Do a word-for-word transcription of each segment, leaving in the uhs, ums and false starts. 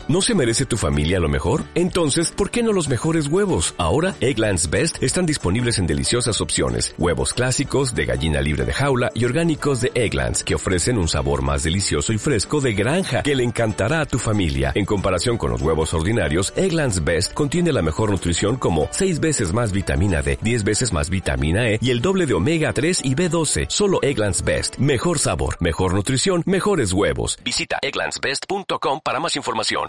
¿No se merece tu familia lo mejor? Entonces, ¿por qué no los mejores huevos? Ahora, Eggland's Best están disponibles en deliciosas opciones. Huevos clásicos, de gallina libre de jaula y orgánicos de Eggland's, que ofrecen un sabor más delicioso y fresco de granja que le encantará a tu familia. En comparación con los huevos ordinarios, Eggland's Best contiene la mejor nutrición como seis veces más vitamina D, diez veces más vitamina E y el doble de omega tres y B doce. Solo Eggland's Best. Mejor sabor, mejor nutrición, mejores huevos. Visita egglands best punto com para más información.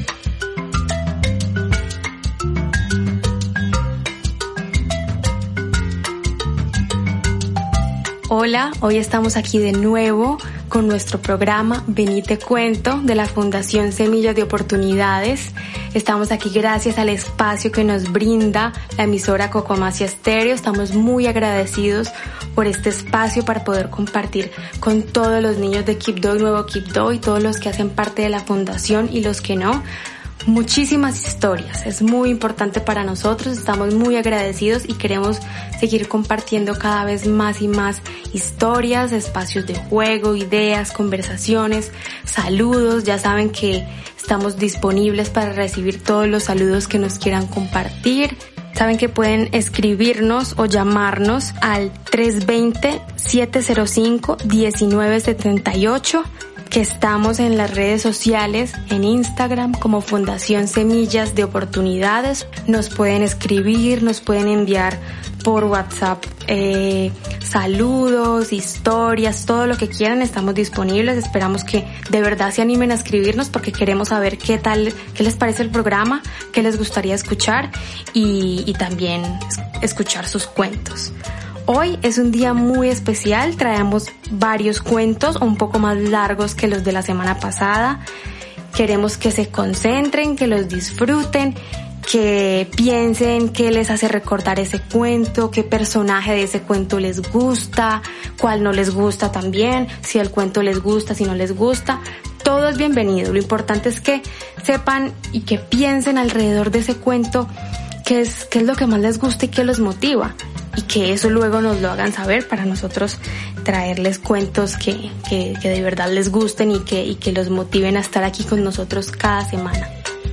Hola, hoy estamos aquí de nuevo con nuestro programa Ven y te cuento de la Fundación Semillas de Oportunidades. Estamos aquí gracias al espacio que nos brinda la emisora Cocomacia Estéreo. Estamos muy agradecidos por este espacio para poder compartir con todos los niños de Quibdó y Nuevo Quibdó y todos los que hacen parte de la fundación y los que no. Muchísimas historias, es muy importante para nosotros, estamos muy agradecidos y queremos seguir compartiendo cada vez más y más historias, espacios de juego, ideas, conversaciones, saludos. Ya saben que estamos disponibles para recibir todos los saludos que nos quieran compartir. Saben que pueden escribirnos o llamarnos al tres dos cero, siete cero cinco, uno nueve siete ocho. Que estamos en las redes sociales, en Instagram como Fundación Semillas de Oportunidades. Nos pueden escribir, nos pueden enviar por WhatsApp eh, saludos, historias, todo lo que quieran, estamos disponibles. Esperamos que de verdad se animen a escribirnos porque queremos saber qué tal, qué les parece el programa, qué les gustaría escuchar y, y también escuchar sus cuentos. Hoy es un día muy especial, traemos varios cuentos un poco más largos que los de la semana pasada. Queremos que se concentren, que los disfruten, que piensen qué les hace recordar ese cuento, qué personaje de ese cuento les gusta, cuál no les gusta también, si el cuento les gusta, si no les gusta. Todo es bienvenido, lo importante es que sepan y que piensen alrededor de ese cuento qué es, qué es lo que más les gusta y qué los motiva. Y que eso luego nos lo hagan saber para nosotros traerles cuentos que, que, que de verdad les gusten y que, y que los motiven a estar aquí con nosotros cada semana.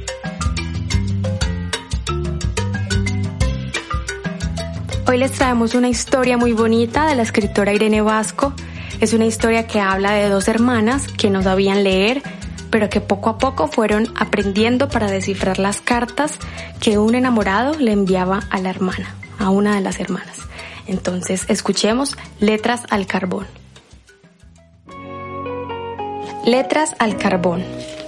Hoy les traemos una historia muy bonita de la escritora Irene Vasco. Es una historia que habla de dos hermanas que no sabían leer, pero que poco a poco fueron aprendiendo para descifrar las cartas que un enamorado le enviaba a la hermana, a una de las hermanas. Entonces, escuchemos Letras al Carbón. Letras al Carbón.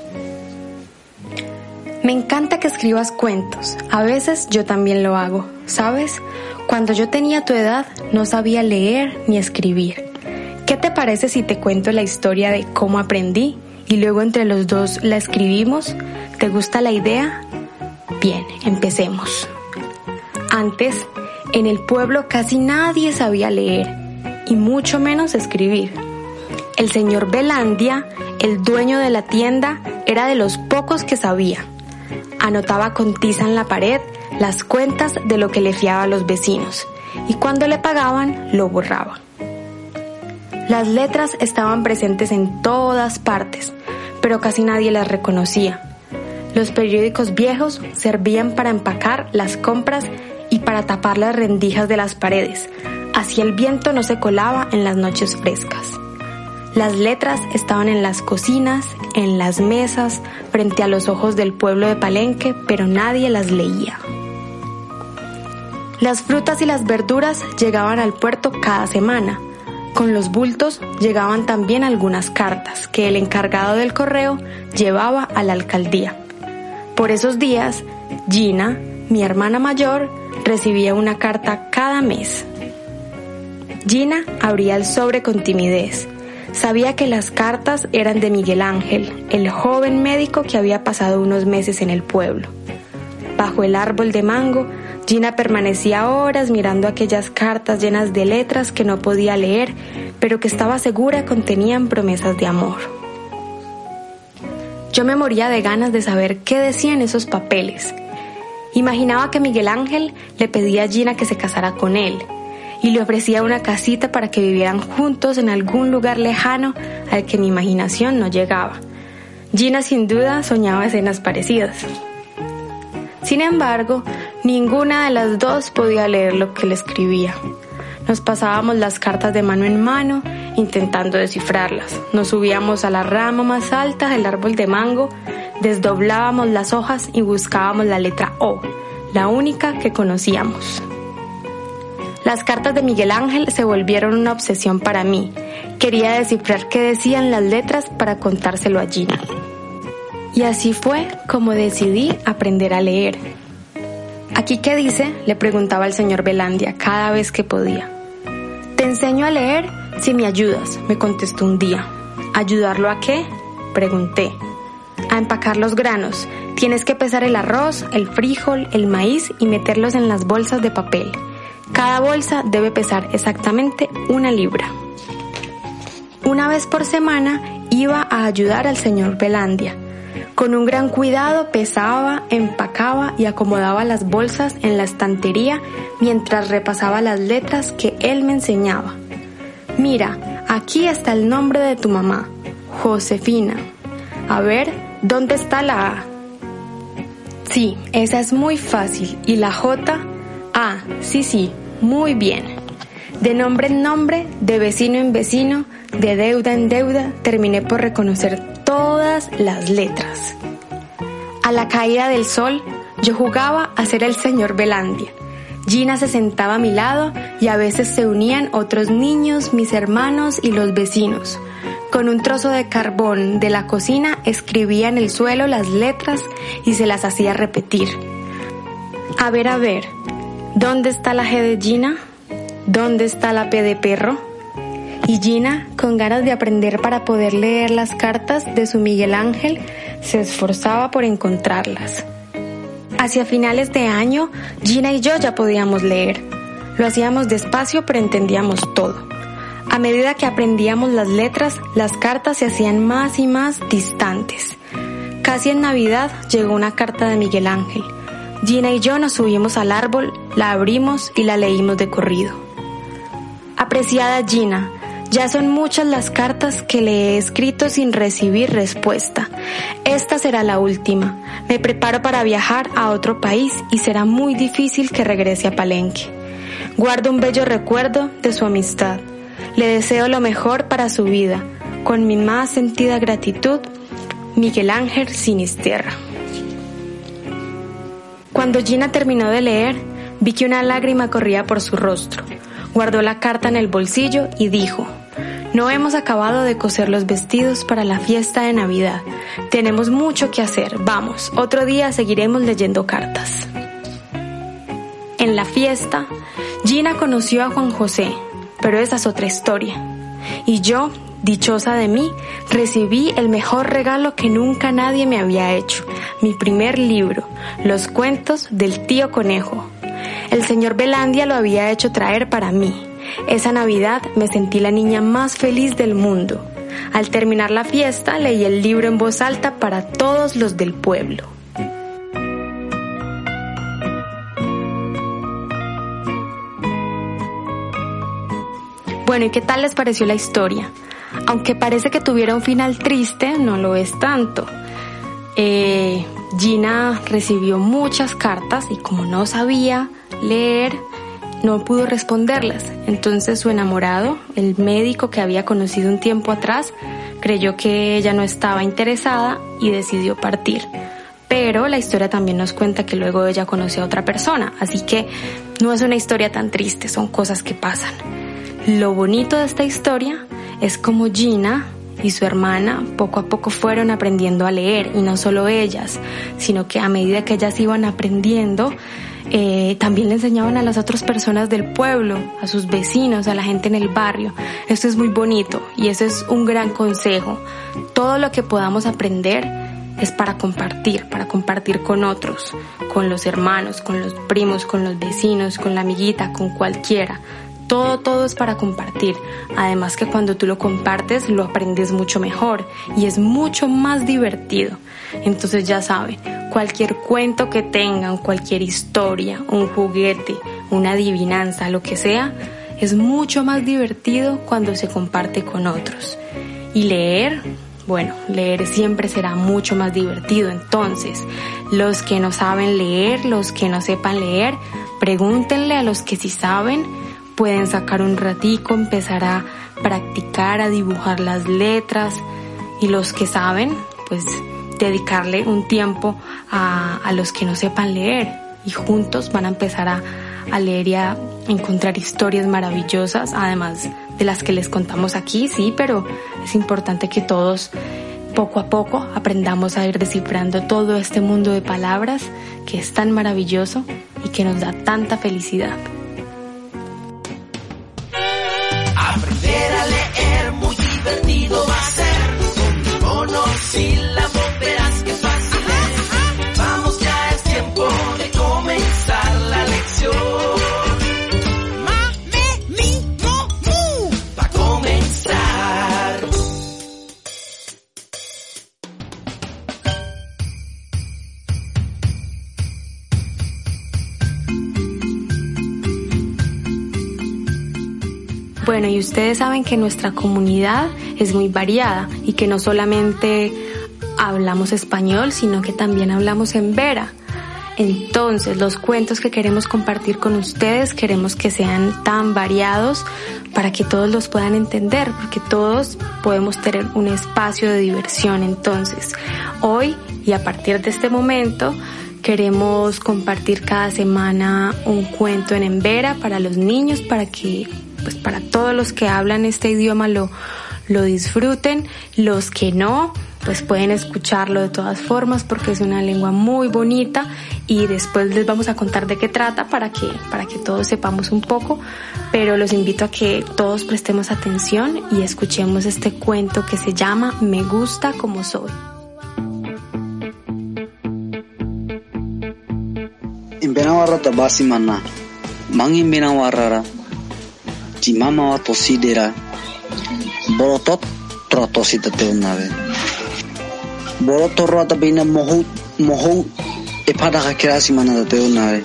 Me encanta que escribas cuentos. A veces yo también lo hago. ¿Sabes? Cuando yo tenía tu edad no sabía leer ni escribir. ¿Qué te parece si te cuento la historia de cómo aprendí y luego entre los dos la escribimos? ¿Te gusta la idea? Bien, empecemos. Antes, en el pueblo casi nadie sabía leer y mucho menos escribir. El señor Belandia, el dueño de la tienda, era de los pocos que sabía. Anotaba con tiza en la pared las cuentas de lo que le fiaba a los vecinos y cuando le pagaban lo borraba. Las letras estaban presentes en todas partes, pero casi nadie las reconocía. Los periódicos viejos servían para empacar las compras y para tapar las rendijas de las paredes, así el viento no se colaba en las noches frescas. Las letras estaban en las cocinas, en las mesas, frente a los ojos del pueblo de Palenque, pero nadie las leía. Las frutas y las verduras llegaban al puerto cada semana. Con los bultos llegaban también algunas cartas que el encargado del correo llevaba a la alcaldía. Por esos días, Gina, mi hermana mayor, recibía una carta cada mes. Gina abría el sobre con timidez. Sabía que las cartas eran de Miguel Ángel, el joven médico que había pasado unos meses en el pueblo. Bajo el árbol de mango, Gina permanecía horas mirando aquellas cartas llenas de letras que no podía leer, pero que estaba segura contenían promesas de amor. Yo me moría de ganas de saber qué decían esos papeles. Imaginaba que Miguel Ángel le pedía a Gina que se casara con él y le ofrecía una casita para que vivieran juntos en algún lugar lejano al que mi imaginación no llegaba. Gina sin duda soñaba escenas parecidas. Sin embargo, ninguna de las dos podía leer lo que le escribía. Nos pasábamos las cartas de mano en mano, intentando descifrarlas. Nos subíamos a la rama más alta del árbol de mango, desdoblábamos las hojas y buscábamos la letra O, la única que conocíamos. Las cartas de Miguel Ángel se volvieron una obsesión para mí. Quería descifrar qué decían las letras para contárselo a Gina. Y así fue como decidí aprender a leer. ¿Aquí qué dice?, le preguntaba al señor Velandia cada vez que podía. Te enseño a leer si me ayudas, me contestó un día. ¿Ayudarlo a qué?, pregunté. A empacar los granos. Tienes que pesar el arroz, el frijol, el maíz y meterlos en las bolsas de papel. Cada bolsa debe pesar exactamente una libra. Una vez por semana iba a ayudar al señor Velandia. Con un gran cuidado pesaba, empacaba y acomodaba las bolsas en la estantería mientras repasaba las letras que él me enseñaba. Mira, aquí está el nombre de tu mamá, Josefina. A ver, ¿dónde está la A? Sí, esa es muy fácil. ¿Y la J? Ah, sí, sí, muy bien. De nombre en nombre, de vecino en vecino, de deuda en deuda, terminé por reconocer todas las letras. A la caída del sol, yo jugaba a ser el señor Velandia. Gina se sentaba a mi lado y a veces se unían otros niños, mis hermanos y los vecinos. Con un trozo de carbón de la cocina escribía en el suelo las letras y se las hacía repetir. A ver, a ver, ¿dónde está la G de Gina? ¿Dónde está la P de perro? Y Gina, con ganas de aprender para poder leer las cartas de su Miguel Ángel, se esforzaba por encontrarlas. Hacia finales de año, Gina y yo ya podíamos leer. Lo hacíamos despacio, pero entendíamos todo. A medida que aprendíamos las letras, las cartas se hacían más y más distantes. Casi en Navidad llegó una carta de Miguel Ángel. Gina y yo nos subimos al árbol, la abrimos y la leímos de corrido. Apreciada Gina, ya son muchas las cartas que le he escrito sin recibir respuesta. Esta será la última. Me preparo para viajar a otro país y será muy difícil que regrese a Palenque. Guardo un bello recuerdo de su amistad. Le deseo lo mejor para su vida. Con mi más sentida gratitud, Miguel Ángel Sinisterra. Cuando Gina terminó de leer, vi que una lágrima corría por su rostro. Guardó la carta en el bolsillo y dijo: no hemos acabado de coser los vestidos para la fiesta de Navidad. Tenemos mucho que hacer. Vamos, otro día seguiremos leyendo cartas. En la fiesta, Gina conoció a Juan José, pero esa es otra historia. Y yo, dichosa de mí, recibí el mejor regalo que nunca nadie me había hecho. Mi primer libro, Los cuentos del tío Conejo. El señor Velandia lo había hecho traer para mí. Esa Navidad me sentí la niña más feliz del mundo. Al terminar la fiesta, leí el libro en voz alta para todos los del pueblo. Bueno, ¿y qué tal les pareció la historia? Aunque parece que tuviera un final triste, no lo es tanto. Eh, Gina recibió muchas cartas y como no sabía leer, no pudo responderlas. Entonces su enamorado, el médico que había conocido un tiempo atrás, creyó que ella no estaba interesada y decidió partir. Pero la historia también nos cuenta que luego ella conoció a otra persona, así que no es una historia tan triste, son cosas que pasan. Lo bonito de esta historia es como Gina y su hermana poco a poco fueron aprendiendo a leer, y no solo ellas, sino que a medida que ellas iban aprendiendo, Eh, también le enseñaban a las otras personas del pueblo, a sus vecinos, a la gente en el barrio. Esto es muy bonito y eso es un gran consejo. Todo lo que podamos aprender es para compartir, para compartir con otros, con los hermanos, con los primos, con los vecinos, con la amiguita, con cualquiera. Todo, todo es para compartir. Además que cuando tú lo compartes, lo aprendes mucho mejor y es mucho más divertido. Entonces ya saben, cualquier cuento que tengan, cualquier historia, un juguete, una adivinanza, lo que sea, es mucho más divertido cuando se comparte con otros. Y leer, Bueno, leer siempre será mucho más divertido. Entonces, los que no saben leer, los que no sepan leer, pregúntenle a los que sí saben. Pueden sacar un ratico, empezar a practicar, a dibujar las letras. Y los que saben, pues dedicarle un tiempo a, a los que no sepan leer. Y juntos van a empezar a, a leer y a encontrar historias maravillosas, además de las que les contamos aquí, sí, pero es importante que todos poco a poco aprendamos a ir descifrando todo este mundo de palabras que es tan maravilloso y que nos da tanta felicidad. Aprender a leer muy divertido va a ser, con monosílabos verás que fácil es. Vamos, ya es tiempo de comenzar la lección. Bueno, y ustedes saben que nuestra comunidad es muy variada y que no solamente hablamos español, sino que también hablamos embera. Entonces, los cuentos que queremos compartir con ustedes, queremos que sean tan variados para que todos los puedan entender, porque todos podemos tener un espacio de diversión. Entonces, hoy y a partir de este momento, queremos compartir cada semana un cuento en embera para los niños, para que pues para todos los que hablan este idioma lo, lo disfruten. Los que no, pues pueden escucharlo de todas formas porque es una lengua muy bonita y después les vamos a contar de qué trata para que, para que todos sepamos un poco, pero los invito a que todos prestemos atención y escuchemos este cuento que se llama Me gusta como soy. Imbenawara tabasi mana, mang imbenawara Mama wa tosidera borotot trotosi teteunave borotorro atabina mohu mohu epada kakirasi mana teteunave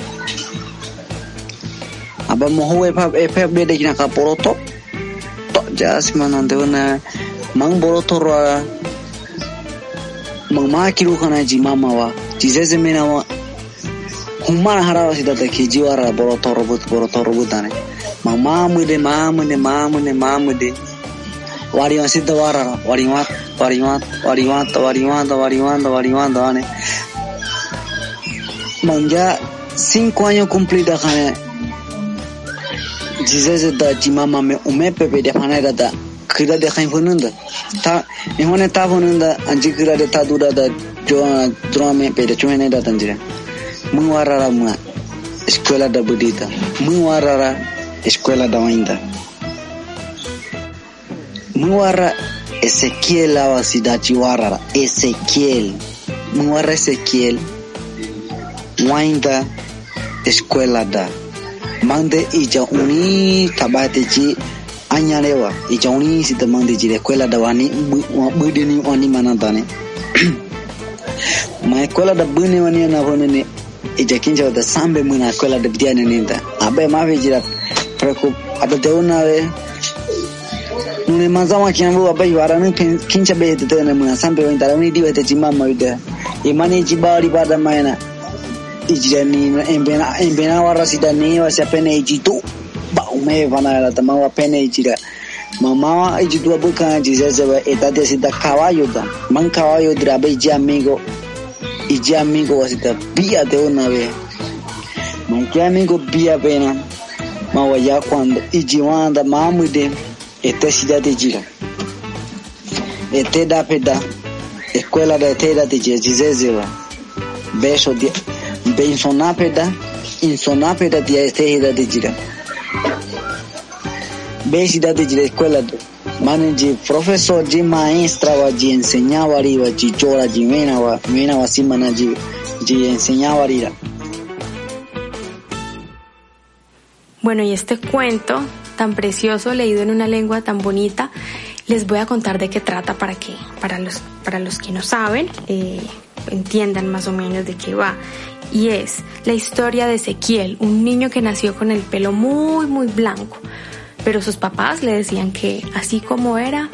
aba mohu epa epa beda kina ka borotot to jas mana teuna mang borotorro mang ma kiru kana ji mama wa jizeze mena wa humana harawa sidata ki jiwara borotorro but borotorro butane Mamude, mamude, mamude, mamude. Wariwasita warara, wariwat, wariwat, wariwat, wariwat, wariwat, wariwat, ane. Manja cinco años cumplida kane. Jizeze da jimama me ume pepe de panera da kira de khain fununda. Ta ehone ta fununda anji kira de ta dura da jo drame pe de chune da tanjira. Mu warara mu escuela da budita. Mu warara Escuela da Wainda. Muara Ezequiel awa sidachi warara. Ezequiel. Muara Ezequiel. Wainda Escuela da. Mande ija uni tabate ji anyalewa. Ija uni sita mande ji escuela da wani budini wani manandane. Ma escuela da bune wani na honene. Ija kinja da sambe muna escuela da bidiane ninda. Abe mawe jira preocup abate una vez nune mazama kiambu abai waranu kincha be de tene muna sampe wintara uni diwe te chimama wide imani chibari pada maina ijani embena embena warasida ni wasa pene ijitu ba ume vana la tamawa pene ijira mama ijitu abuka jizeze etate sida caballo da man caballo drabe ji amigo iji amigo wasita bia de una vez man que amigo bia pena Mawaya cuando ijiwanda mamude ete cidade gira ete da peda escuela da ete da de jizezeva beso de bensona peda insona peda de ete da de gira besi da de gira escuela mane de professor de maestra wa de enseñaba riwa de chora de mena wa mena wa simana de de enseñaba riwa. Bueno, y este cuento tan precioso, leído en una lengua tan bonita, les voy a contar de qué trata para que, para los, para los que no saben, eh, entiendan más o menos de qué va. Y es la historia de Ezequiel, un niño que nació con el pelo muy, muy blanco, pero sus papás le decían que así como era,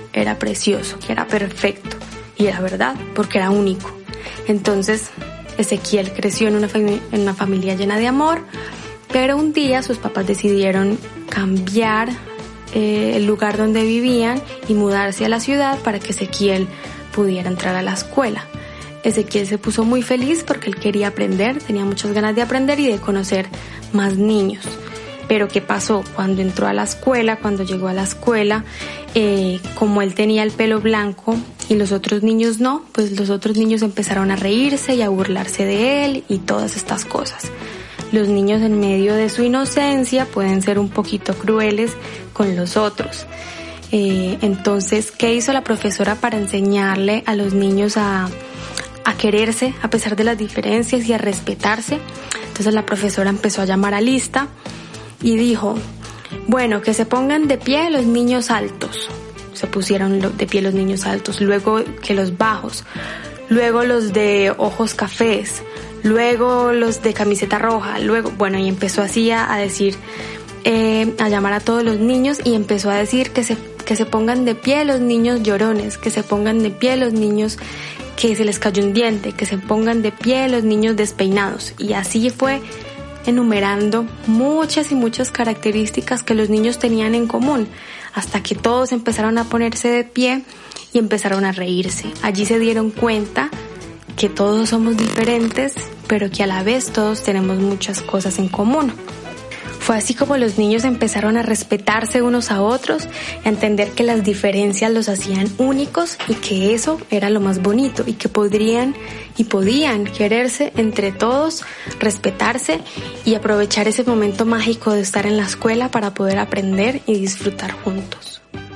era precioso, que era perfecto. Y era verdad, porque era único. Entonces, Ezequiel creció en una, fami- en una familia llena de amor, pero un día sus papás decidieron cambiar eh, el lugar donde vivían y mudarse a la ciudad para que Ezequiel pudiera entrar a la escuela. Ezequiel se puso muy feliz porque él quería aprender, tenía muchas ganas de aprender y de conocer más niños. Pero ¿qué pasó? Cuando entró a la escuela, cuando llegó a la escuela, eh, como él tenía el pelo blanco y los otros niños no, pues los otros niños empezaron a reírse y a burlarse de él y todas estas cosas. Los niños, en medio de su inocencia, pueden ser un poquito crueles con los otros. Eh, entonces, ¿qué hizo la profesora para enseñarle a los niños a, a quererse a pesar de las diferencias y a respetarse? Entonces la profesora empezó a llamar a lista y dijo, bueno, que se pongan de pie los niños altos. Se pusieron de pie los niños altos, luego que los bajos, luego los de ojos cafés, luego los de camiseta roja, luego, bueno, y empezó así a, a decir, eh, a llamar a todos los niños y empezó a decir que se, que se pongan de pie los niños llorones, que se pongan de pie los niños que se les cayó un diente, que se pongan de pie los niños despeinados. Y así fue enumerando muchas y muchas características que los niños tenían en común, hasta que todos empezaron a ponerse de pie y empezaron a reírse. Allí se dieron cuenta que todos somos diferentes, pero que a la vez todos tenemos muchas cosas en común. Fue así como los niños empezaron a respetarse unos a otros, a entender que las diferencias los hacían únicos y que eso era lo más bonito y que podrían y podían quererse entre todos, respetarse y aprovechar ese momento mágico de estar en la escuela para poder aprender y disfrutar juntos.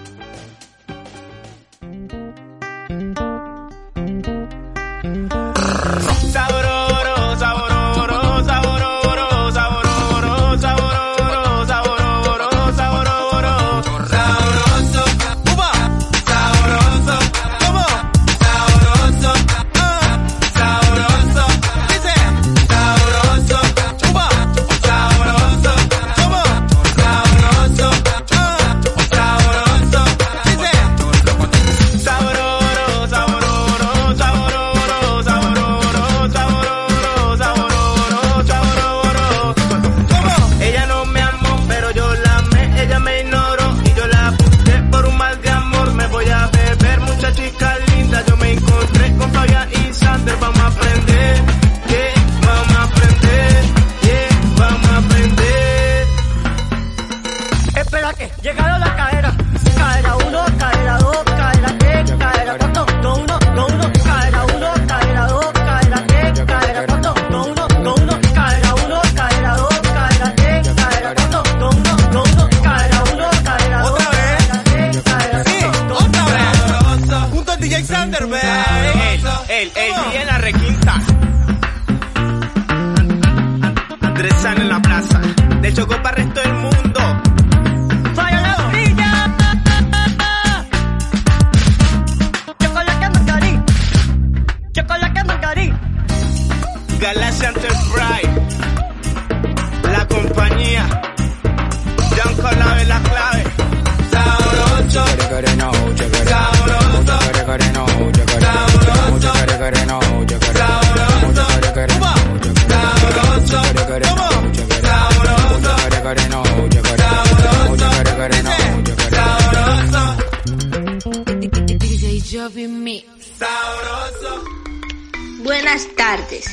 Buenas tardes.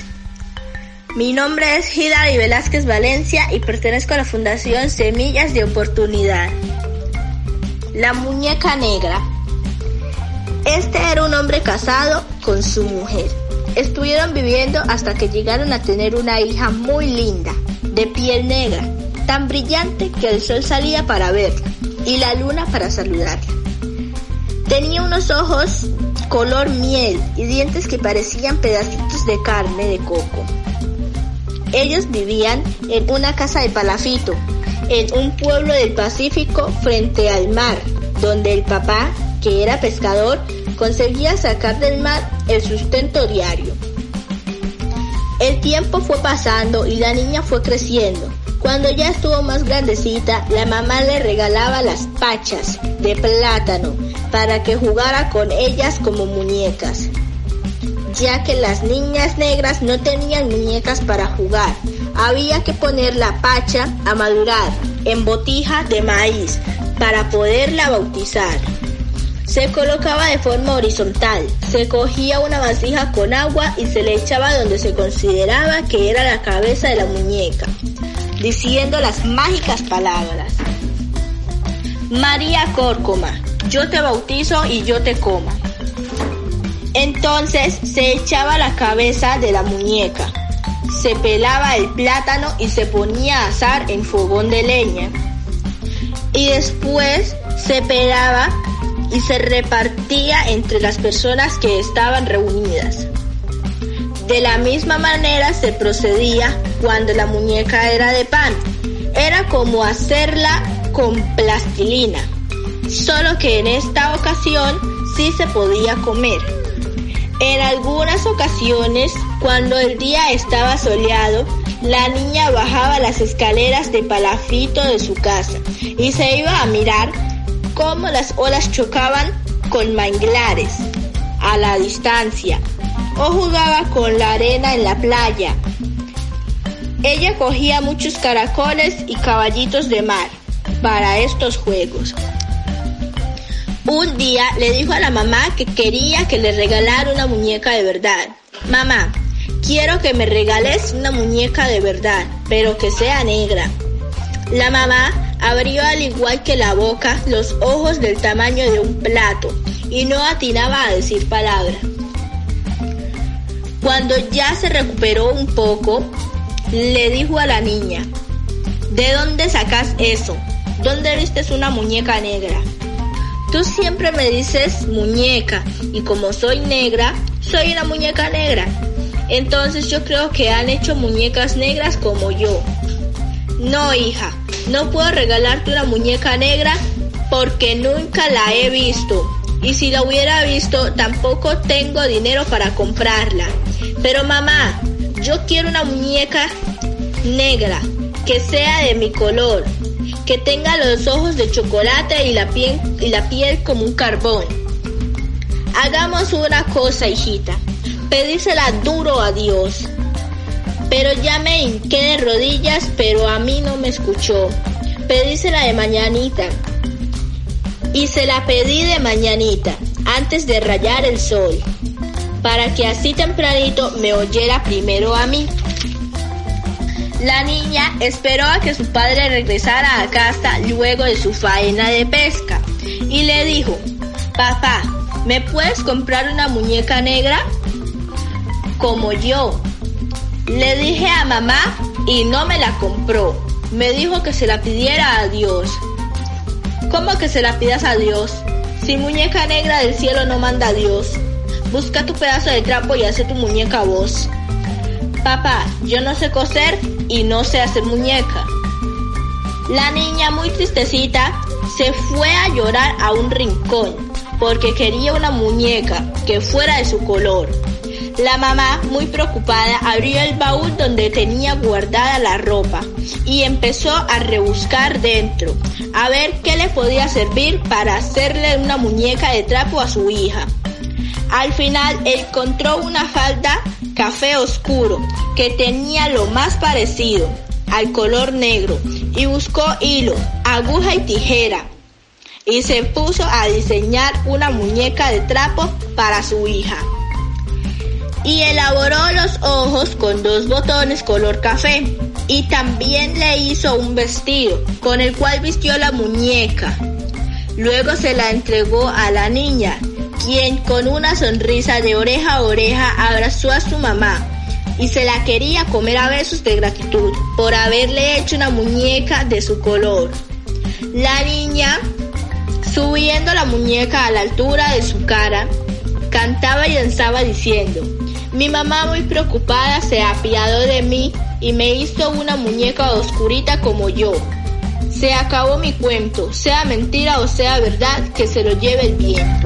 Mi nombre es Hilary Velázquez Valencia y pertenezco a la Fundación Semillas de Oportunidad. La muñeca negra. Este era un hombre casado con su mujer. Estuvieron viviendo hasta que llegaron a tener una hija muy linda, de piel negra, tan brillante que el sol salía para verla y la luna para saludarla. Tenía unos ojos color miel y dientes que parecían pedacitos de carne de coco. Ellos vivían en una casa de palafito, en un pueblo del Pacífico frente al mar, donde el papá, que era pescador, conseguía sacar del mar el sustento diario. El tiempo fue pasando y la niña fue creciendo. Cuando ya estuvo más grandecita, la mamá le regalaba las pachas de plátano para que jugara con ellas como muñecas, ya que las niñas negras no tenían muñecas para jugar. Había que poner la pacha a madurar en botija de maíz para poderla bautizar. Se colocaba de forma horizontal, se cogía una vasija con agua y se le echaba donde se consideraba que era la cabeza de la muñeca, diciendo las mágicas palabras: María Córcoma, yo te bautizo y yo te coma. Entonces se echaba la cabeza de la muñeca, se pelaba el plátano y se ponía a asar en fogón de leña. Y después se pelaba y se repartía entre las personas que estaban reunidas. De la misma manera se procedía cuando la muñeca era de pan. Era como hacerla con plastilina, solo que en esta ocasión sí se podía comer. En algunas ocasiones, cuando el día estaba soleado, la niña bajaba las escaleras de palafito de su casa y se iba a mirar cómo las olas chocaban con manglares a la distancia, o jugaba con la arena en la playa. Ella cogía muchos caracoles y caballitos de mar para estos juegos. Un día le dijo a la mamá que quería que le regalara una muñeca de verdad. Mamá, quiero que me regales una muñeca de verdad, pero que sea negra. La mamá abrió al igual que la boca los ojos del tamaño de un plato y no atinaba a decir palabra. Cuando ya se recuperó un poco, le dijo a la niña: ¿de dónde sacas eso? ¿Dónde vistes una muñeca negra? Tú siempre me dices muñeca y como soy negra, soy una muñeca negra. Entonces yo creo que han hecho muñecas negras como yo. No, hija, no puedo regalarte una muñeca negra porque nunca la he visto. Y si la hubiera visto, tampoco tengo dinero para comprarla. Pero mamá, yo quiero una muñeca negra, que sea de mi color, que tenga los ojos de chocolate y la piel, y la piel como un carbón. Hagamos una cosa, hijita, pedísela duro a Dios. Pero ya me hinqué de rodillas, pero a mí no me escuchó. Pedísela de mañanita. Y se la pedí de mañanita, antes de rayar el sol, para que así tempranito me oyera primero a mí. La niña esperó a que su padre regresara a casa luego de su faena de pesca y le dijo: papá, ¿me puedes comprar una muñeca negra? Como yo. Le dije a mamá y no me la compró. Me dijo que se la pidiera a Dios. ¿Cómo que se la pidas a Dios? Si muñeca negra del cielo no manda a Dios. Busca tu pedazo de trapo y hace tu muñeca vos. Papá, yo no sé coser y no sé hacer muñeca. La niña, muy tristecita, se fue a llorar a un rincón porque quería una muñeca que fuera de su color. La mamá, muy preocupada, abrió el baúl donde tenía guardada la ropa y empezó a rebuscar dentro, a ver qué le podía servir para hacerle una muñeca de trapo a su hija. Al final encontró una falda café oscuro que tenía lo más parecido al color negro y buscó hilo, aguja y tijera y se puso a diseñar una muñeca de trapo para su hija. Y elaboró los ojos con dos botones color café y también le hizo un vestido con el cual vistió la muñeca. Luego se la entregó a la niña, quien con una sonrisa de oreja a oreja abrazó a su mamá y se la quería comer a besos de gratitud por haberle hecho una muñeca de su color. La niña, subiendo la muñeca a la altura de su cara, cantaba y danzaba diciendo: mi mamá, muy preocupada, se apiadó de mí y me hizo una muñeca oscurita como yo. Se acabó mi cuento, sea mentira o sea verdad, que se lo lleve el viento.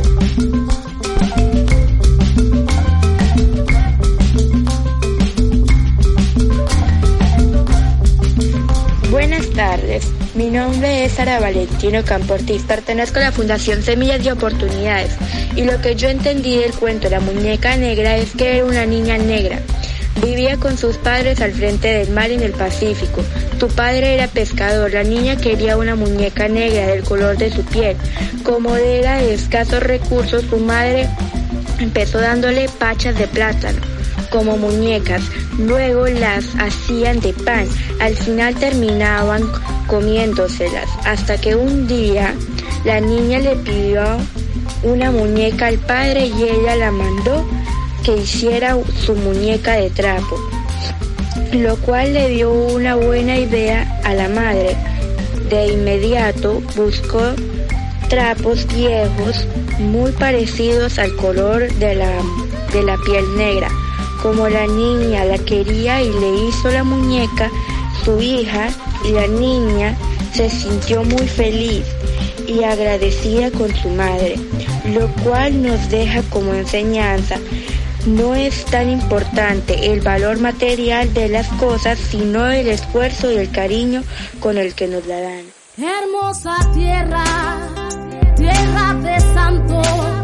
Buenas tardes, Mi nombre es Sara Valentino Camportiz, pertenezco a la Fundación Semillas de Oportunidades y lo que yo entendí del cuento La Muñeca Negra es que era una niña negra. Vivía con sus padres al frente del mar en el Pacífico. Su padre era pescador, la niña quería una muñeca negra del color de su piel. Como era de escasos recursos, su madre empezó dándole pachas de plátano como muñecas, luego las hacían de pan, al final terminaban comiéndoselas, hasta que un día la niña le pidió una muñeca al padre y ella la mandó que hiciera su muñeca de trapo, lo cual le dio una buena idea a la madre. De inmediato buscó trapos viejos muy parecidos al color de la, de la piel negra. Como la niña la quería y le hizo la muñeca, su hija y la niña se sintió muy feliz y agradecida con su madre, lo cual nos deja como enseñanza. No es tan importante el valor material de las cosas, sino el esfuerzo y el cariño con el que nos la dan. Hermosa tierra, tierra de santo,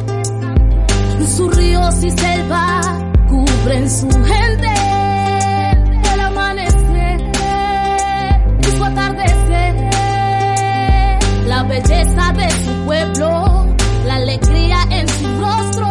sus ríos y selva cubren su gente. El amanecer y su atardecer, la belleza de su pueblo, la alegría en su rostro.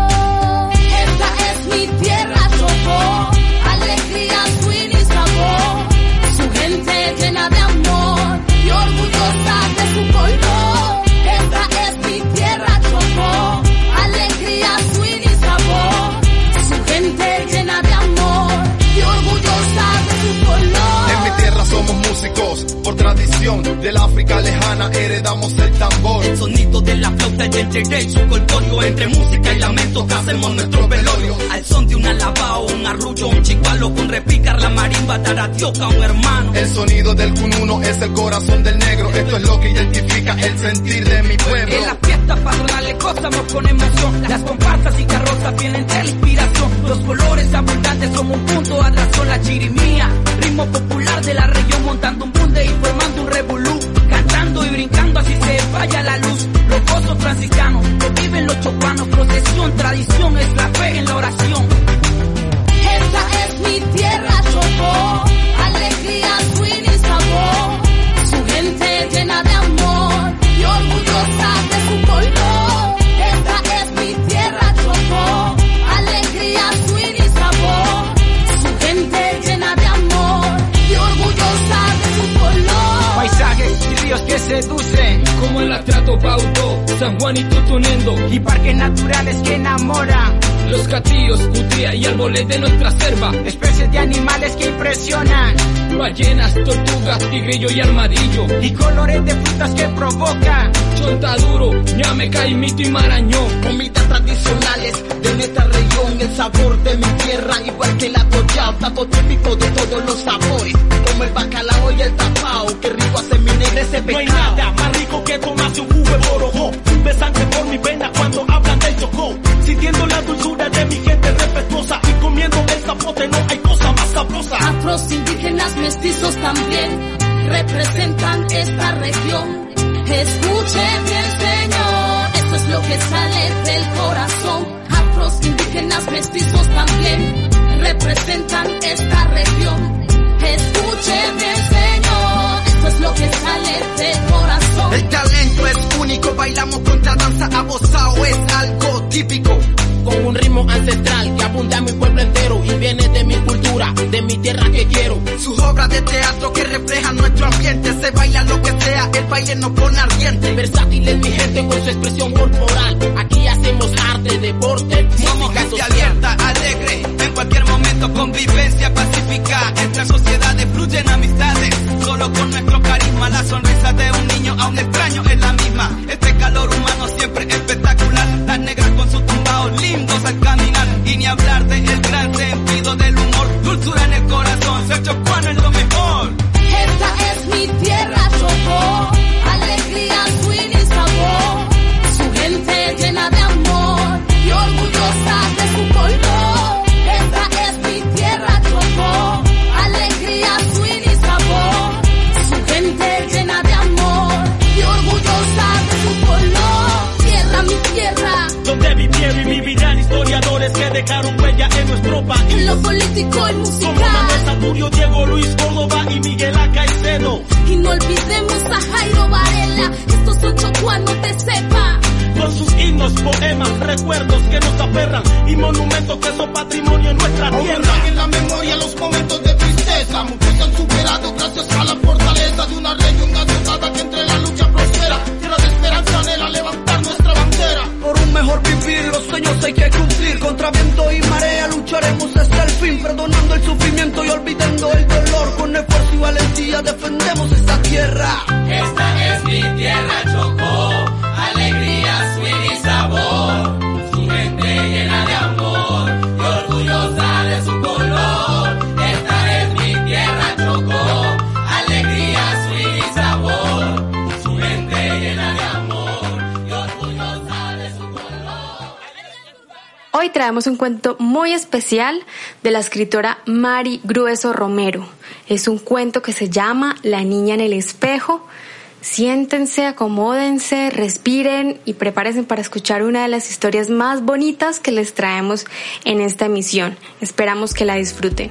Esta es mi tierra, Chocó, alegría, swing y sabor, su gente llena de amor y orgullosa de su color. Esta es mi tierra, Chocó, alegría, swing y sabor, su gente llena de amor y orgullosa de su color. En mi tierra somos músicos, por tradición, del África lejana heredamos el tambor. El sonido de la flauta y el yeye, su colgorio, entre música y lamento que hacemos nuestro velorio. Al son de un alabao, un arrullo, un chicualo, con repicar la marimba, taratioca, un hermano. El sonido del cununo es el corazón del negro, esto es lo que identifica el sentir de mi pueblo. En las fiestas patronales gozamos con emoción, las comparsas y carrozas vienen de la inspiración. Los colores abundantes como un punto de atracción, la chirimía, ritmo popular de la región, montando un bunde y formando un revolú, cantando y brincando así se vaya la luz. Los gozos franciscanos, lo viven los chocuanos, procesión, tradición, es la fe en la oración. Esta es mi tierra, Chocó, alegría, swing y sabor, su gente llena de amor y orgullosa de su color. Esta es mi tierra, Chocó, alegría, swing y sabor, su gente llena de amor y orgullosa de su color. Paisajes y ríos que seducen, como el Atrato Pauto, San Juan y Tutunendo, y parques naturales que enamoran. Los catillos, utría y árboles de nuestra selva, especies de animales que impresionan. Ballenas, tortugas, tigrillo y armadillo, y colores de frutas que provocan. Chontaduro, ñame, caimito y marañón. Comidas tradicionales de nuestra región, el sabor de mi tierra, igual que la toya, plato típico de todos los sabores, como el bacalao y el tapao, que rico hace mi negra ese pescado. No hay nada más rico que tomarse un jugo de borojó, un besante por mi vena cuando hablan del Chocó, sintiendo la dulzura de mi gente respetuosa y comiendo el zapote, no hay cosa más sabrosa. Afros, indígenas, mestizos también representan esta región. Escuchen bien, señor, esto es lo que sale del corazón. Afros, indígenas, mestizos también representan esta región. Escuchen bien, señor, esto es lo que sale del corazón. El talento es único, bailamos contra danza abosao, es algo típico, con un ritmo ancestral que abunda en mi pueblo entero y viene de mi cultura, de mi tierra que quiero. Sus obras de teatro que reflejan nuestro ambiente, se baila lo que sea, el baile nos pone ardiente. Versátil es mi gente con su expresión corporal, aquí hacemos arte, deporte, somos gente abierta, alegre, en cualquier momento convivencia pacífica, entre sociedades fluyen amistades, solo con nuestro carisma, la sonrisa de un niño a un extraño es la misma, este calor humano siempre espectacular, las negras con sus tumbados lindos al caminar, y ni hablar de el gran sentido del humor, dulzura en el corazón, ser chocuano es lo mejor. Esta es mi tierra, Chocó, alegría, swing y sabor, su gente llena de amor y orgullosa de su color. Esta es mi tierra, Chocó, alegría, swing y sabor, su gente llena de amor Como Manuel Saturio, Diego Luis Córdoba y Miguel A. Caicedo. Y no olvidemos a Jairo Varela, estos ocho cuando te sepa. Con sus himnos, poemas, recuerdos que nos aferran y monumentos que son patrimonio en nuestra tierra. En la memoria los momentos de tristeza, muchos se han superado gracias a la fortaleza de una región azotada que entre la lucha prospera. Tierra de esperanza anhela levantar nuestra bandera. Por un mejor vivir, los sueños hay que cumplir. Contra viento y marea lucharemos hasta el fin, perdonando el sufrimiento y olvidando el dolor. Con esfuerzo y valentía defendemos esta tierra. Esta es mi tierra, Chocó, alegría, swing y sabor. Su gente llena de amor y orgullosa de su color. Esta es mi tierra, Chocó, alegría, swing y sabor. Su gente llena de amor y orgullosa de su color. Hoy traemos un cuento muy especial de la escritora Mari Grueso Romero. Es un cuento que se llama La niña en el espejo. Siéntense, acomódense, respiren y prepárense para escuchar una de las historias más bonitas que les traemos en esta emisión. Esperamos que la disfruten.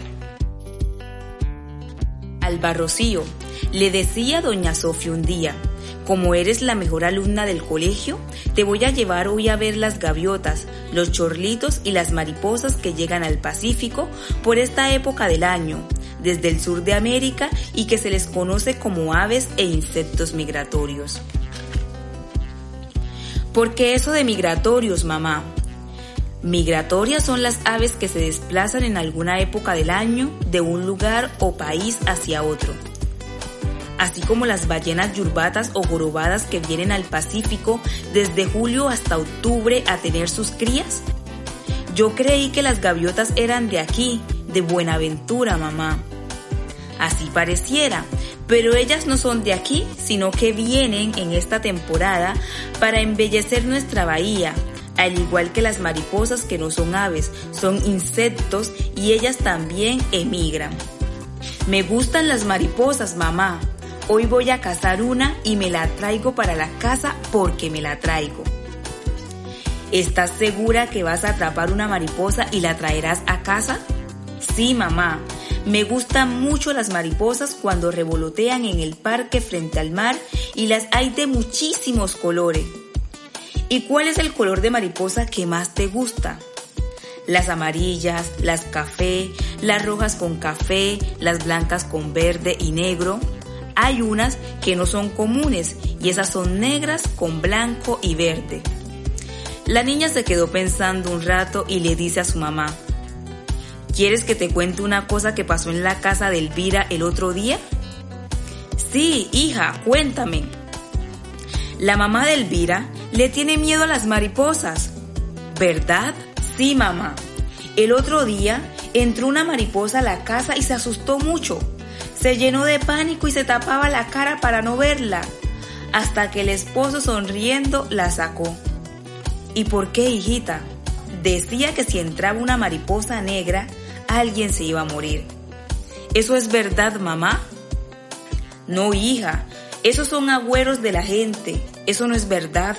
Alba Rocío, le decía doña Sofía un día: como eres la mejor alumna del colegio, te voy a llevar hoy a ver las gaviotas, los chorlitos y las mariposas que llegan al Pacífico por esta época del año, desde el sur de América, y que se les conoce como aves e insectos migratorios. ¿Por qué eso de migratorios, mamá? Migratorias son las aves que se desplazan en alguna época del año de un lugar o país hacia otro. Así como las ballenas yurbatas o jorobadas que vienen al Pacífico desde julio hasta octubre a tener sus crías. Yo creí que las gaviotas eran de aquí, de Buenaventura, mamá. Así pareciera, pero ellas no son de aquí, sino que vienen en esta temporada para embellecer nuestra bahía, al igual que las mariposas, que no son aves, son insectos, y ellas también emigran. Me gustan las mariposas, mamá. Hoy voy a cazar una y me la traigo para la casa porque me la traigo. ¿Estás segura que vas a atrapar una mariposa y la traerás a casa? Sí, mamá. Me gustan mucho las mariposas cuando revolotean en el parque frente al mar, y las hay de muchísimos colores. ¿Y cuál es el color de mariposa que más te gusta? Las amarillas, las café, las rojas con café, las blancas con verde y negro. Hay unas que no son comunes, y esas son negras con blanco y verde. La niña se quedó pensando un rato y le dice a su mamá: ¿quieres que te cuente una cosa que pasó en la casa de Elvira el otro día? Sí, hija, cuéntame. La mamá de Elvira le tiene miedo a las mariposas. ¿Verdad? Sí, mamá. El otro día entró una mariposa a la casa y se asustó mucho. Se llenó de pánico y se tapaba la cara para no verla, hasta que el esposo, sonriendo, la sacó. ¿Y por qué, hijita? Decía que si entraba una mariposa negra, alguien se iba a morir. ¿Eso es verdad, mamá? No, hija, esos son agüeros de la gente, eso no es verdad.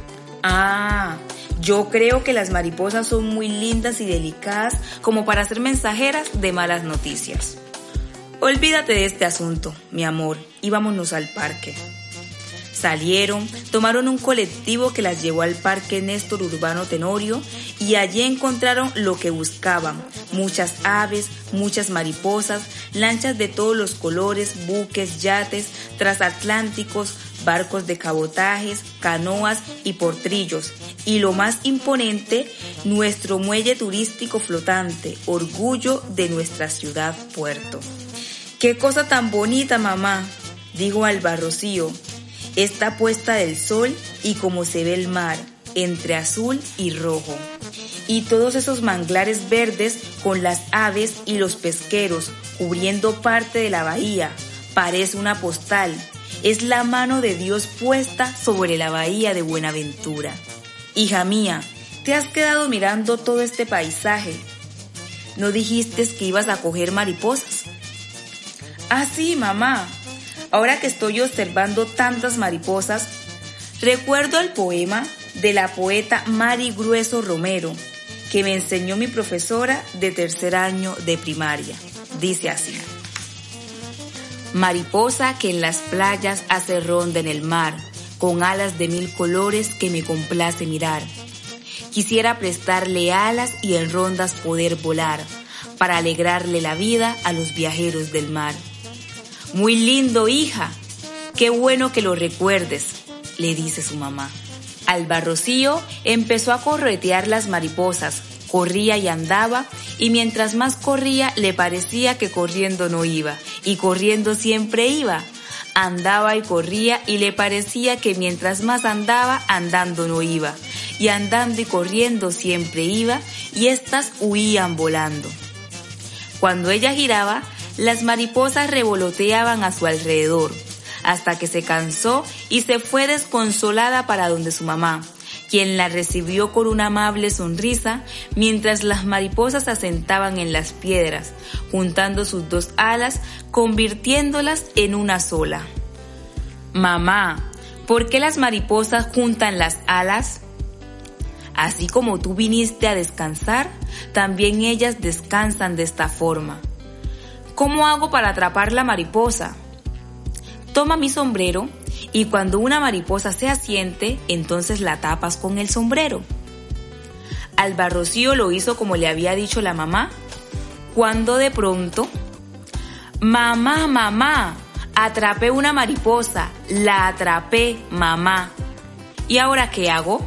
Ah, yo creo que las mariposas son muy lindas y delicadas como para ser mensajeras de malas noticias. Olvídate de este asunto, mi amor, y vámonos al parque. Salieron, tomaron un colectivo que las llevó al Parque Néstor Urbano Tenorio, y allí encontraron lo que buscaban: muchas aves, muchas mariposas, lanchas de todos los colores, buques, yates, transatlánticos, barcos de cabotajes, canoas y portrillos, y lo más imponente, nuestro muelle turístico flotante, orgullo de nuestra ciudad puerto. ¡Qué cosa tan bonita, mamá!, dijo Alba Rocío. Esta puesta del sol y cómo se ve el mar, entre azul y rojo. Y todos esos manglares verdes con las aves y los pesqueros cubriendo parte de la bahía. Parece una postal. Es la mano de Dios puesta sobre la bahía de Buenaventura. Hija mía, ¿te has quedado mirando todo este paisaje? ¿No dijiste que ibas a coger mariposas? Ah, sí, mamá. Ahora que estoy observando tantas mariposas, recuerdo el poema de la poeta Mari Grueso Romero, que me enseñó mi profesora de tercer año de primaria. dice así: mariposa que en las playas hace ronda en el mar, con alas de mil colores que me complace mirar. Quisiera prestarle alas y en rondas poder volar, para alegrarle la vida a los viajeros del mar. Muy lindo, hija, qué bueno que lo recuerdes, le dice su mamá. Alba Rocío empezó a corretear las mariposas, corría y andaba, y mientras más corría le parecía que corriendo no iba, y corriendo siempre iba. Andaba y corría y le parecía que mientras más andaba, andando no iba, y andando y corriendo siempre iba, y éstas huían volando. Cuando ella giraba, las mariposas revoloteaban a su alrededor, hasta que se cansó y se fue desconsolada para donde su mamá, quien la recibió con una amable sonrisa, mientras las mariposas se asentaban en las piedras, juntando sus dos alas, convirtiéndolas en una sola. Mamá, ¿por qué las mariposas juntan las alas? Así como tú viniste a descansar, también ellas descansan de esta forma. ¿Cómo hago para atrapar la mariposa? Toma mi sombrero y cuando una mariposa se asiente, entonces la tapas con el sombrero. Alba Rocío lo hizo como le había dicho la mamá, cuando de pronto, mamá, mamá, atrapé una mariposa, la atrapé, mamá. ¿Y ahora qué hago?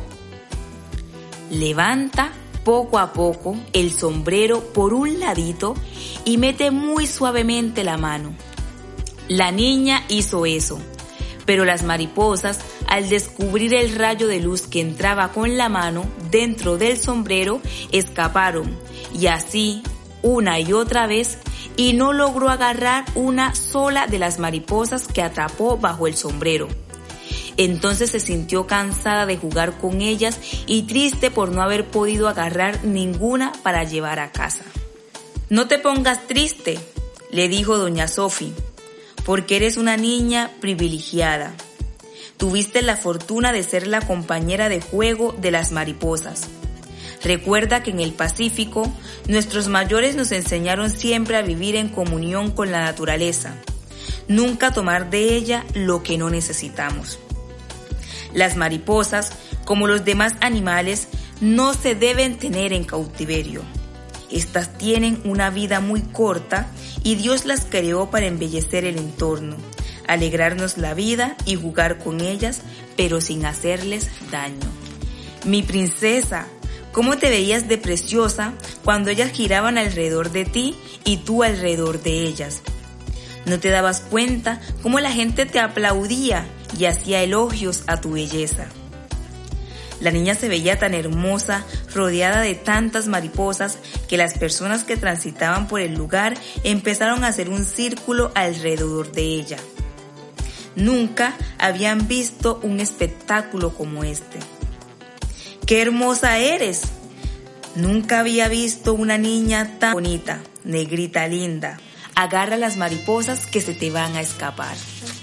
Levanta poco a poco el sombrero por un ladito y mete muy suavemente la mano. La niña hizo eso, pero las mariposas, al descubrir el rayo de luz que entraba con la mano dentro del sombrero, escaparon, y así, una y otra vez, y no logró agarrar una sola de las mariposas que atrapó bajo el sombrero. Entonces se sintió cansada de jugar con ellas y triste por no haber podido agarrar ninguna para llevar a casa. No te pongas triste, le dijo doña Sofi, porque eres una niña privilegiada. Tuviste la fortuna de ser la compañera de juego de las mariposas. Recuerda que en el Pacífico, nuestros mayores nos enseñaron siempre a vivir en comunión con la naturaleza, nunca tomar de ella lo que no necesitamos. Las mariposas, como los demás animales, no se deben tener en cautiverio. Estas tienen una vida muy corta y Dios las creó para embellecer el entorno, alegrarnos la vida y jugar con ellas, pero sin hacerles daño. Mi princesa, ¿cómo te veías de preciosa cuando ellas giraban alrededor de ti y tú alrededor de ellas? ¿No te dabas cuenta cómo la gente te aplaudía y hacía elogios a tu belleza? La niña se veía tan hermosa, rodeada de tantas mariposas, que las personas que transitaban por el lugar empezaron a hacer un círculo alrededor de ella. Nunca habían visto un espectáculo como este. ¡Qué hermosa eres! Nunca había visto una niña tan bonita, negrita linda. Agarra las mariposas que se te van a escapar.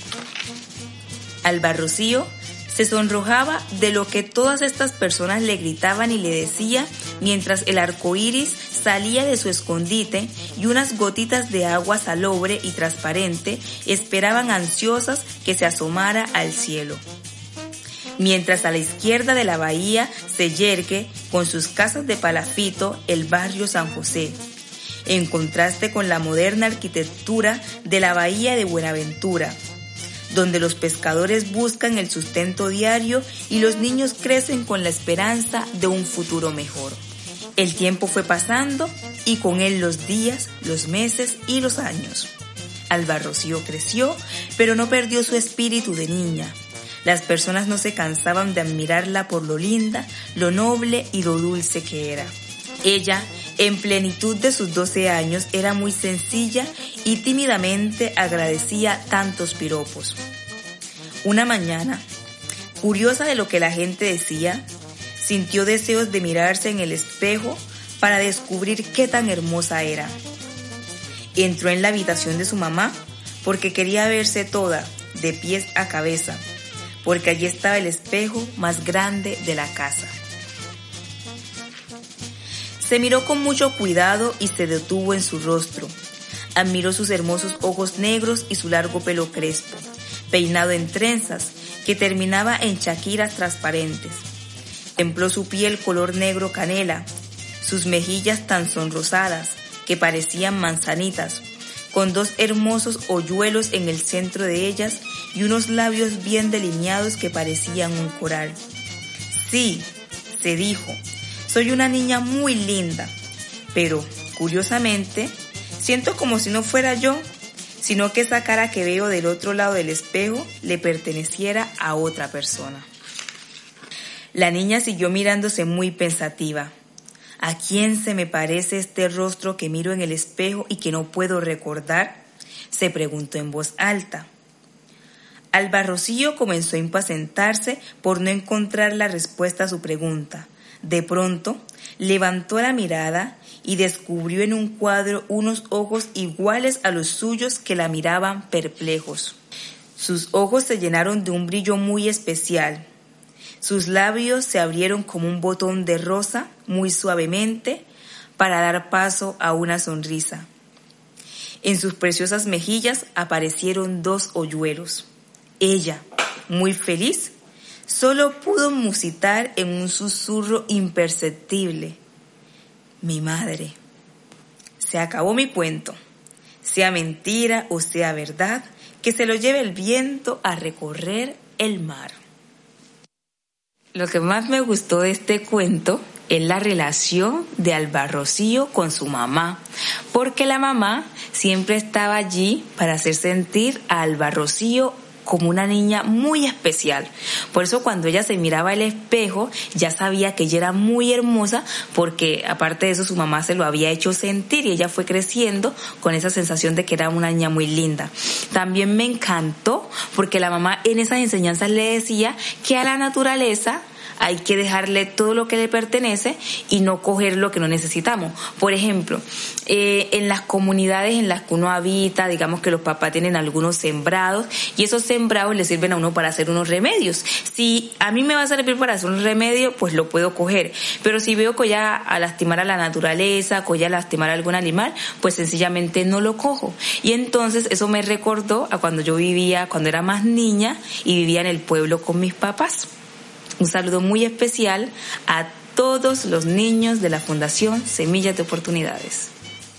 Alba Rocío se sonrojaba de lo que todas estas personas le gritaban y le decían mientras el arco iris salía de su escondite y unas gotitas de agua salobre y transparente esperaban ansiosas que se asomara al cielo. Mientras a la izquierda de la bahía se yergue con sus casas de palafito el barrio San José, en contraste con la moderna arquitectura de la bahía de Buenaventura, donde los pescadores buscan el sustento diario y los niños crecen con la esperanza de un futuro mejor. El tiempo fue pasando y con él los días, los meses y los años. Alba Rocío creció, pero no perdió su espíritu de niña. Las personas no se cansaban de admirarla por lo linda, lo noble y lo dulce que era. Ella, en plenitud de sus doce años, era muy sencilla y tímidamente agradecía tantos piropos. Una mañana, curiosa de lo que la gente decía, sintió deseos de mirarse en el espejo para descubrir qué tan hermosa era. Entró en la habitación de su mamá porque quería verse toda, de pies a cabeza, porque allí estaba el espejo más grande de la casa. Se miró con mucho cuidado y se detuvo en su rostro. Admiró sus hermosos ojos negros y su largo pelo crespo, peinado en trenzas, que terminaba en chaquiras transparentes. Contempló su piel color negro canela, sus mejillas tan sonrosadas que parecían manzanitas, con dos hermosos hoyuelos en el centro de ellas y unos labios bien delineados que parecían un coral. Sí, se dijo, soy una niña muy linda, pero, curiosamente, siento como si no fuera yo, sino que esa cara que veo del otro lado del espejo le perteneciera a otra persona. La niña siguió mirándose muy pensativa. ¿A quién se me parece este rostro que miro en el espejo y que no puedo recordar?, se preguntó en voz alta. Alba Rocío comenzó a impacientarse por no encontrar la respuesta a su pregunta. De pronto, levantó la mirada y descubrió en un cuadro unos ojos iguales a los suyos que la miraban perplejos. Sus ojos se llenaron de un brillo muy especial. Sus labios se abrieron como un botón de rosa muy suavemente para dar paso a una sonrisa. En sus preciosas mejillas aparecieron dos hoyuelos. Ella, muy feliz, solo pudo musitar en un susurro imperceptible: mi madre. Se acabó mi cuento. Sea mentira o sea verdad, que se lo lleve el viento a recorrer el mar. Lo que más me gustó de este cuento es la relación de Alba Rocío con su mamá, porque la mamá siempre estaba allí para hacer sentir a Alba Rocío como una niña muy especial. Por eso cuando ella se miraba al espejo ya sabía que ella era muy hermosa, porque aparte de eso su mamá se lo había hecho sentir y ella fue creciendo con esa sensación de que era una niña muy linda. También me encantó porque la mamá en esas enseñanzas le decía que a la naturaleza hay que dejarle todo lo que le pertenece y no coger lo que no necesitamos. Por ejemplo, eh, en las comunidades en las que uno habita, digamos que los papás tienen algunos sembrados y esos sembrados le sirven a uno para hacer unos remedios. Si a mí me va a servir para hacer un remedio, pues lo puedo coger. Pero si veo que voy a, a lastimar a la naturaleza, que voy a lastimar a algún animal, pues sencillamente no lo cojo. Y entonces eso me recordó a cuando yo vivía, cuando era más niña y vivía en el pueblo con mis papás. Un saludo muy especial a todos los niños de la Fundación Semillas de Oportunidades.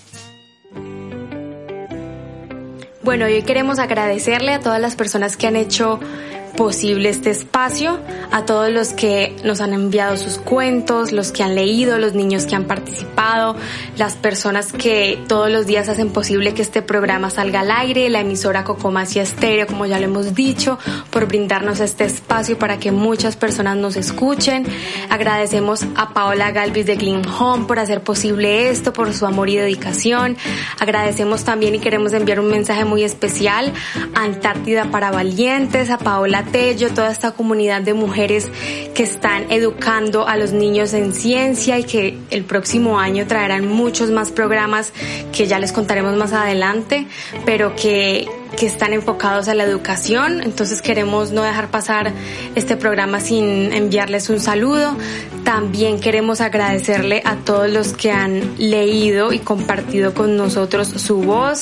Bueno, hoy queremos agradecerle a todas las personas que han hecho posible este espacio, a todos los que nos han enviado sus cuentos, los que han leído, los niños que han participado, las personas que todos los días hacen posible que este programa salga al aire, la emisora Cocomacia Estéreo, como ya lo hemos dicho, por brindarnos este espacio para que muchas personas nos escuchen. Agradecemos a Paola Galvis de Green Home por hacer posible esto, por su amor y dedicación. Agradecemos también y queremos enviar un mensaje muy especial a Antártida para Valientes, a Paola Tello, toda esta comunidad de mujeres que están educando a los niños en ciencia y que el próximo año traerán muchos más programas que ya les contaremos más adelante, pero que, que están enfocados a la educación. Entonces queremos no dejar pasar este programa sin enviarles un saludo. También queremos agradecerle a todos los que han leído y compartido con nosotros su voz,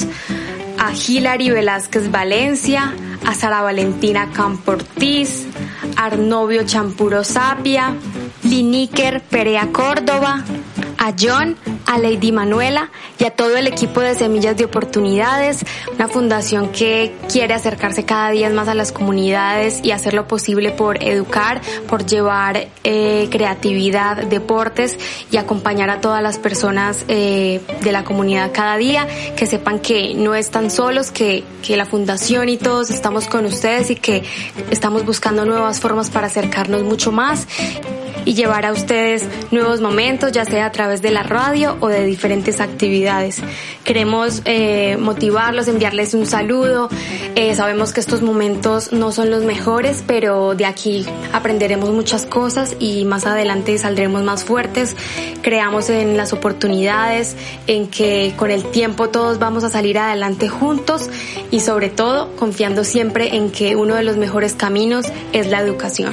a Hilary Velázquez Valencia, a Sara Valentina Camportiz, Arnovio Champuro Sapia, Liníker Perea Córdoba, a John, a Lady Manuela y a todo el equipo de Semillas de Oportunidades, una fundación que quiere acercarse cada día más a las comunidades y hacer lo posible por educar, por llevar eh, creatividad, deportes y acompañar a todas las personas eh, de la comunidad cada día, que sepan que no están solos, que, que la fundación y todos estamos con ustedes y que estamos buscando nuevas formas para acercarnos mucho más y llevar a ustedes nuevos momentos, ya sea a través de la radio o de diferentes actividades. Queremos eh, motivarlos, enviarles un saludo. Eh, sabemos que estos momentos no son los mejores, pero de aquí aprenderemos muchas cosas y más adelante saldremos más fuertes. Creamos en las oportunidades, en que con el tiempo todos vamos a salir adelante juntos y sobre todo confiando siempre en que uno de los mejores caminos es la educación.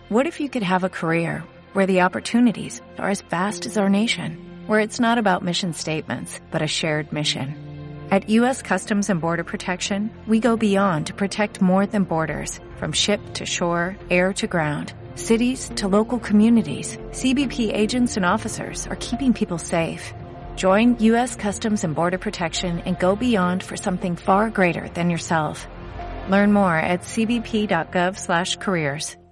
What if you could have a career where the opportunities are as vast as our nation, where it's not about mission statements, but a shared mission? At U S Customs and Border Protection, we go beyond to protect more than borders. From ship to shore, air to ground, cities to local communities, C B P agents and officers are keeping people safe. Join U S Customs and Border Protection and go beyond for something far greater than yourself. Learn more at cbp.gov slash careers.